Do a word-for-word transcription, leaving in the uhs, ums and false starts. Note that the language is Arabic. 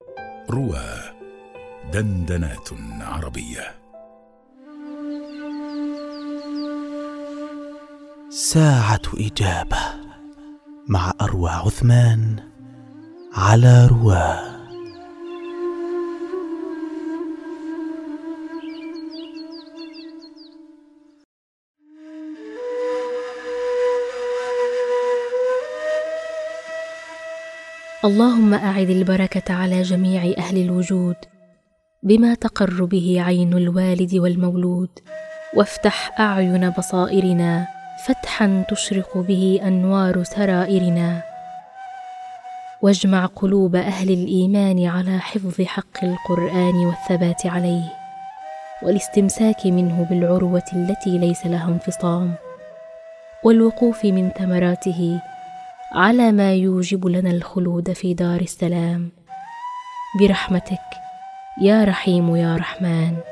روى دندنات عربية. ساعة إجابة مع أروى عثمان على رواه. اللهم أعد البركة على جميع أهل الوجود بما تقر به عين الوالد والمولود، وافتح أعين بصائرنا فتحا تشرق به أنوار سرائرنا، واجمع قلوب أهل الإيمان على حفظ حق القرآن والثبات عليه والاستمساك منه بالعروة التي ليس لها انفصام، والوقوف من ثمراته على ما يوجب لنا الخلود في دار السلام، برحمتك يا رحيم يا رحمن.